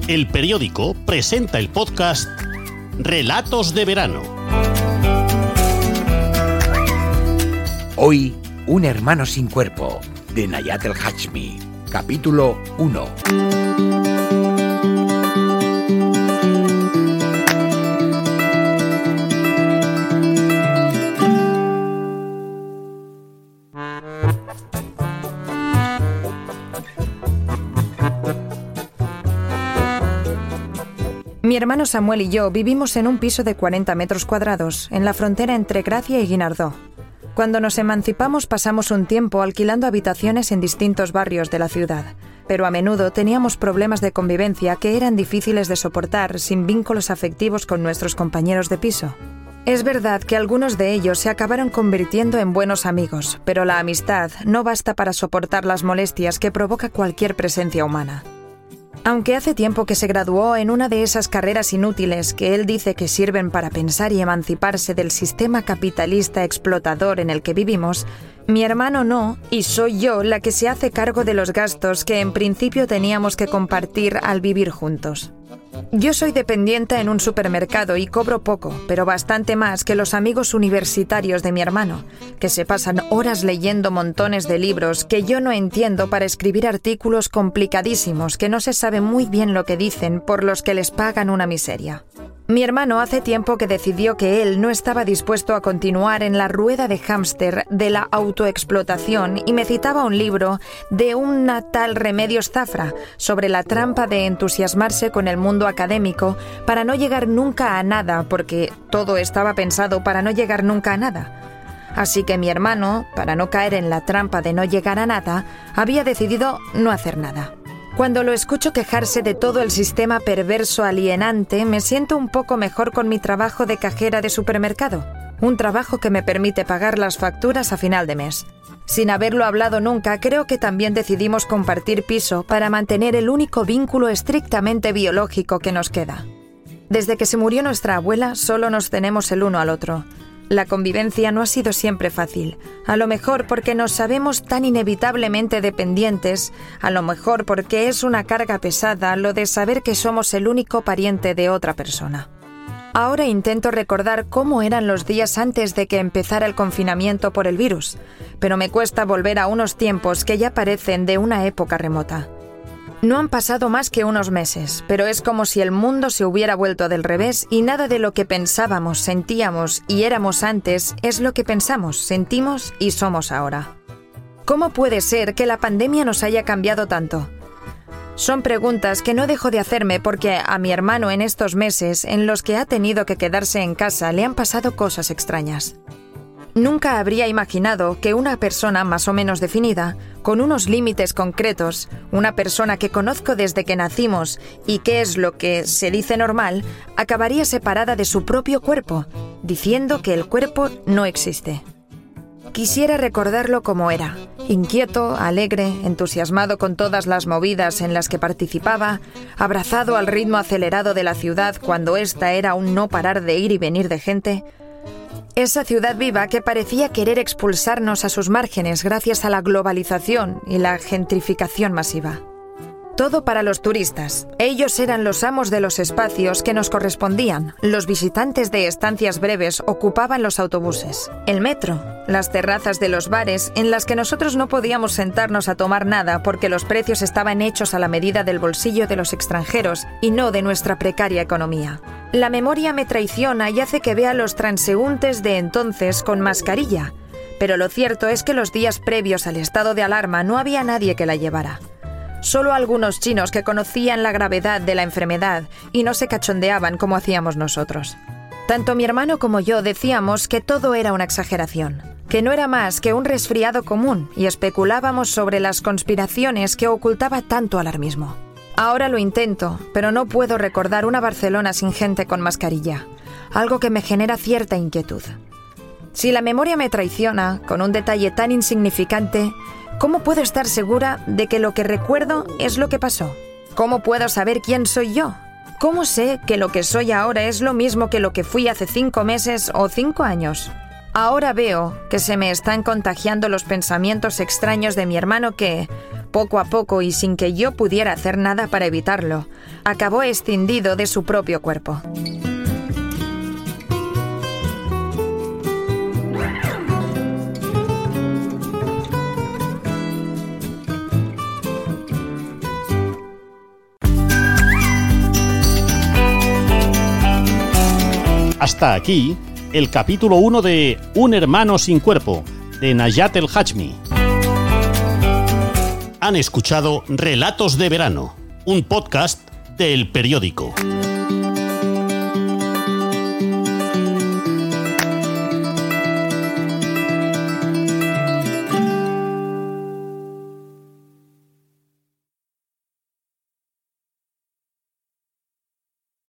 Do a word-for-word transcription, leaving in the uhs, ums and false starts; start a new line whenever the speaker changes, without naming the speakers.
El Periódico presenta el podcast Relatos de Verano.
Hoy, Un hermano sin cuerpo, de Nayat El Hachmi, capítulo uno.
Mi hermano Samuel y yo vivimos en un piso de cuarenta metros cuadrados, en la frontera entre Gracia y Guinardó. Cuando nos emancipamos pasamos un tiempo alquilando habitaciones en distintos barrios de la ciudad, pero a menudo teníamos problemas de convivencia que eran difíciles de soportar sin vínculos afectivos con nuestros compañeros de piso. Es verdad que algunos de ellos se acabaron convirtiendo en buenos amigos, pero la amistad no basta para soportar las molestias que provoca cualquier presencia humana. Aunque hace tiempo que se graduó en una de esas carreras inútiles que él dice que sirven para pensar y emanciparse del sistema capitalista explotador en el que vivimos, mi hermano no, y soy yo la que se hace cargo de los gastos que en principio teníamos que compartir al vivir juntos. Yo soy dependiente en un supermercado y cobro poco, pero bastante más que los amigos universitarios de mi hermano, que se pasan horas leyendo montones de libros que yo no entiendo para escribir artículos complicadísimos que no se sabe muy bien lo que dicen, por los que les pagan una miseria. Mi hermano hace tiempo que decidió que él no estaba dispuesto a continuar en la rueda de hámster de la autoexplotación y me citaba un libro de una tal Remedios Zafra sobre la trampa de entusiasmarse con el mundo académico para no llegar nunca a nada, porque todo estaba pensado para no llegar nunca a nada. Así que mi hermano, para no caer en la trampa de no llegar a nada, había decidido no hacer nada. Cuando lo escucho quejarse de todo el sistema perverso alienante, me siento un poco mejor con mi trabajo de cajera de supermercado, un trabajo que me permite pagar las facturas a final de mes. Sin haberlo hablado nunca, creo que también decidimos compartir piso para mantener el único vínculo estrictamente biológico que nos queda. Desde que se murió nuestra abuela, solo nos tenemos el uno al otro. La convivencia no ha sido siempre fácil, a lo mejor porque nos sabemos tan inevitablemente dependientes, a lo mejor porque es una carga pesada lo de saber que somos el único pariente de otra persona. Ahora intento recordar cómo eran los días antes de que empezara el confinamiento por el virus, pero me cuesta volver a unos tiempos que ya parecen de una época remota. No han pasado más que unos meses, pero es como si el mundo se hubiera vuelto del revés y nada de lo que pensábamos, sentíamos y éramos antes es lo que pensamos, sentimos y somos ahora. ¿Cómo puede ser que la pandemia nos haya cambiado tanto? Son preguntas que no dejo de hacerme porque a mi hermano en estos meses en los que ha tenido que quedarse en casa le han pasado cosas extrañas. Nunca habría imaginado que una persona más o menos definida, con unos límites concretos, una persona que conozco desde que nacimos y que es lo que se dice normal, acabaría separada de su propio cuerpo, diciendo que el cuerpo no existe. Quisiera recordarlo como era, inquieto, alegre, entusiasmado con todas las movidas en las que participaba, abrazado al ritmo acelerado de la ciudad cuando ésta era un no parar de ir y venir de gente. Esa ciudad viva que parecía querer expulsarnos a sus márgenes gracias a la globalización y la gentrificación masiva. Todo para los turistas. Ellos eran los amos de los espacios que nos correspondían. Los visitantes de estancias breves ocupaban los autobuses, el metro, las terrazas de los bares en las que nosotros no podíamos sentarnos a tomar nada porque los precios estaban hechos a la medida del bolsillo de los extranjeros y no de nuestra precaria economía. La memoria me traiciona y hace que vea a los transeúntes de entonces con mascarilla, pero lo cierto es que los días previos al estado de alarma no había nadie que la llevara. Solo algunos chinos que conocían la gravedad de la enfermedad y no se cachondeaban como hacíamos nosotros. Tanto mi hermano como yo decíamos que todo era una exageración, que no era más que un resfriado común y especulábamos sobre las conspiraciones que ocultaba tanto alarmismo. Ahora lo intento, pero no puedo recordar una Barcelona sin gente con mascarilla, algo que me genera cierta inquietud. Si la memoria me traiciona con un detalle tan insignificante, ¿cómo puedo estar segura de que lo que recuerdo es lo que pasó? ¿Cómo puedo saber quién soy yo? ¿Cómo sé que lo que soy ahora es lo mismo que lo que fui hace cinco meses o cinco años? Ahora veo que se me están contagiando los pensamientos extraños de mi hermano que, poco a poco y sin que yo pudiera hacer nada para evitarlo, acabó escindido de su propio cuerpo.
Hasta aquí el capítulo uno de Un hermano sin cuerpo, de Nayat El Hachmi. Han escuchado Relatos de Verano, un podcast del Periódico.